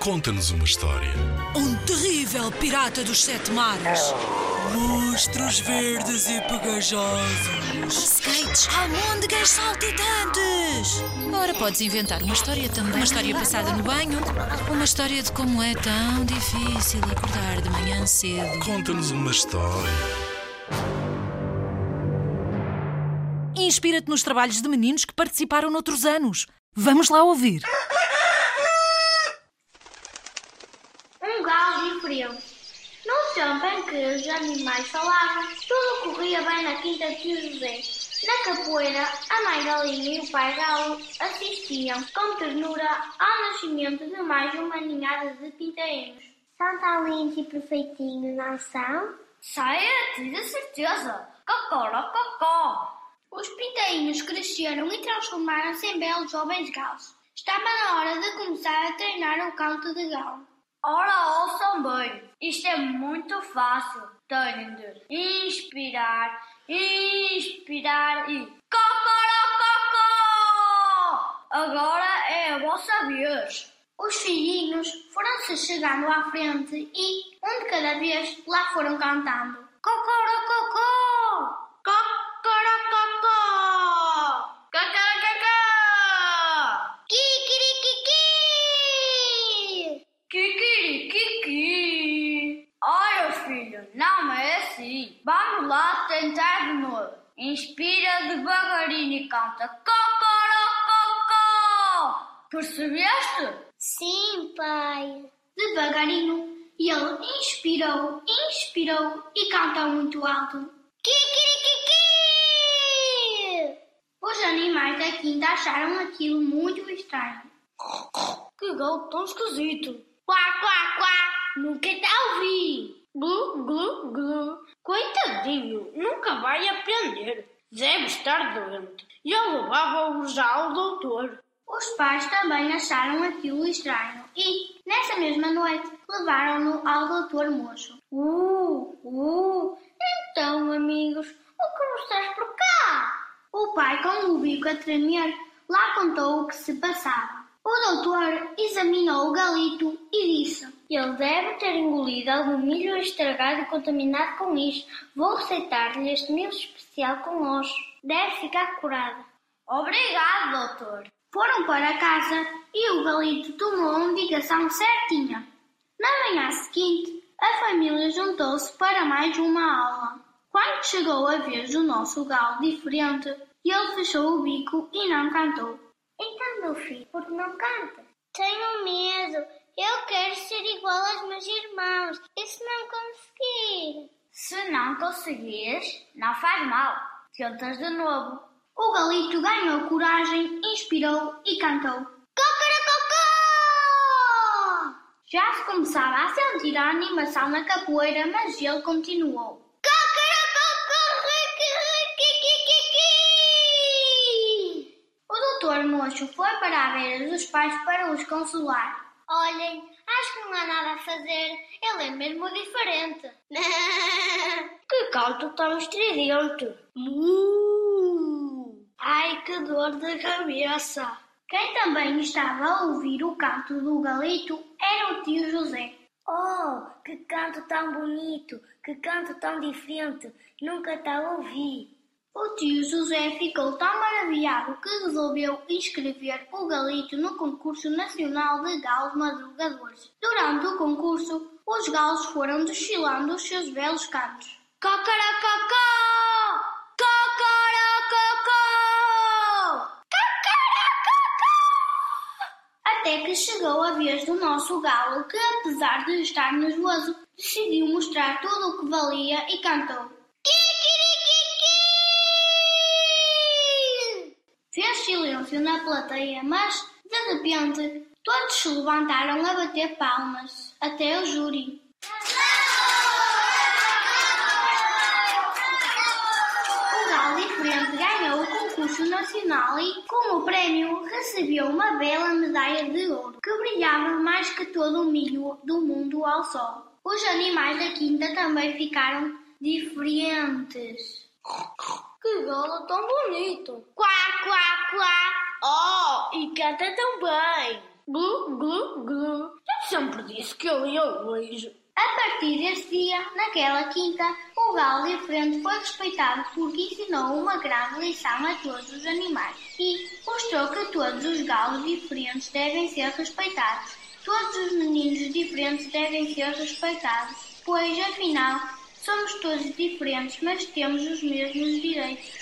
Conta-nos uma história. Um terrível pirata dos 7 mares. Monstros verdes e pegajosos. Skates, almôndegas saltitantes. Ora, podes inventar uma história também. Uma história passada no banho. Uma história de como é tão difícil acordar de manhã cedo. Conta-nos uma história. Inspira-te nos trabalhos de meninos que participaram noutros anos. Vamos lá ouvir. Um galo diferente. No tempo em que os animais falavam, tudo corria bem na quinta de tio José. Na capoeira, a mãe galinha e o pai galo assistiam com ternura ao nascimento de mais uma ninhada de pintainhos. São tão lindos e perfeitinhos, não são? Sai a ti, de certeza! Cocorococó! Os pintainhos cresceram e transformaram-se em belos jovens galos. Estava na hora de começar a treinar o canto de galo. Ora, ouçam bem, isto é muito fácil. Têm de inspirar e... Cocorococó! Agora é a vossa vez. Os filhinhos foram-se chegando à frente e, um de cada vez, lá foram cantando. Cocorococó! Cocorococó! Cacaracacá! Kikirikiki! Kikirikiki! Olha, filho, não é assim. Vamos lá tentar de novo. Inspira devagarinho e canta Cocorococó! Percebeste? Sim, pai. Devagarinho, ele inspirou e cantou muito alto. Kikirikiki! Os animais da quinta acharam aquilo muito estranho. Que galo tão esquisito. Quá, quá, quá! Nunca te ouvi. Glu, glu, glu. Coitadinho, nunca vai aprender. Deve estar doente. E eu levava-o já ao doutor. Os pais também acharam aquilo estranho e, nessa mesma noite, levaram-no ao doutor Mocho. Então, amigos, o que nos traz por cá? O pai, com o bico a tremer, lá contou o que se passava. O doutor examinou o galito e disse: ele deve ter engolido algum milho estragado e contaminado com isto. Vou receitar-lhe este milho especial com ossos. Deve ficar curado. Obrigado, doutor. Foram para casa e o galito tomou a indicação certinha. Na manhã seguinte, a família juntou-se para mais uma aula. Quando chegou a vez do nosso galo diferente, ele fechou o bico e não cantou. Então, meu filho, por que não canta? Tenho medo. Eu quero ser igual aos meus irmãos. E se não conseguir? Se não conseguires, não faz mal. Tentas de novo. O galito ganhou coragem, inspirou e cantou. Cocorococó! Já se começava a sentir a animação na capoeira, mas ele continuou. O doutor Mocho foi para a beira dos pais para os consolar. Olhem, acho que não há nada a fazer. Ele é mesmo diferente. Que canto tão estridente. Ai, que dor de cabeça. Quem também estava a ouvir o canto do galito era o tio José. Oh, que canto tão bonito, que canto tão diferente. Nunca te ouvi. O tio José ficou tão maravilhado que resolveu inscrever o galito no concurso nacional de galos madrugadores. Durante o concurso, os galos foram desfilando os seus belos cantos. Cocorococó! Cocorococó! Cocorococó! Até que chegou a vez do nosso galo que, apesar de estar nervoso, decidiu mostrar tudo o que valia e cantou. Fez silêncio na plateia, mas, de repente, todos se levantaram a bater palmas, até o júri. O galo diferente ganhou o concurso nacional e, como prémio, recebeu uma bela medalha de ouro, que brilhava mais que todo o milho do mundo ao sol. Os animais da quinta também ficaram diferentes. Que galo tão bonito! Quá, quá, quá! Oh, e canta tão bem! Glu, glu, glu! De sempre disse que eu ia hoje. A partir desse dia, naquela quinta, o galo diferente foi respeitado porque ensinou uma grande lição a todos os animais e mostrou que todos os galos diferentes devem ser respeitados. Todos os meninos diferentes devem ser respeitados, pois, afinal, somos todos diferentes, mas temos os mesmos direitos.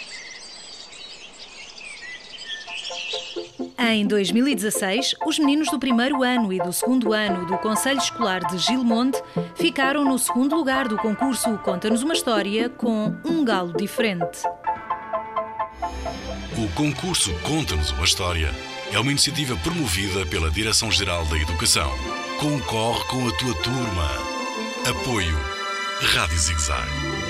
Em 2016, os meninos do primeiro ano e do segundo ano do Conselho Escolar de Gilmonde ficaram no segundo lugar do concurso Conta-nos uma História com um galo diferente. O concurso Conta-nos uma História é uma iniciativa promovida pela Direção-Geral da Educação. Concorre com a tua turma. Apoio Rádio Zig Zag.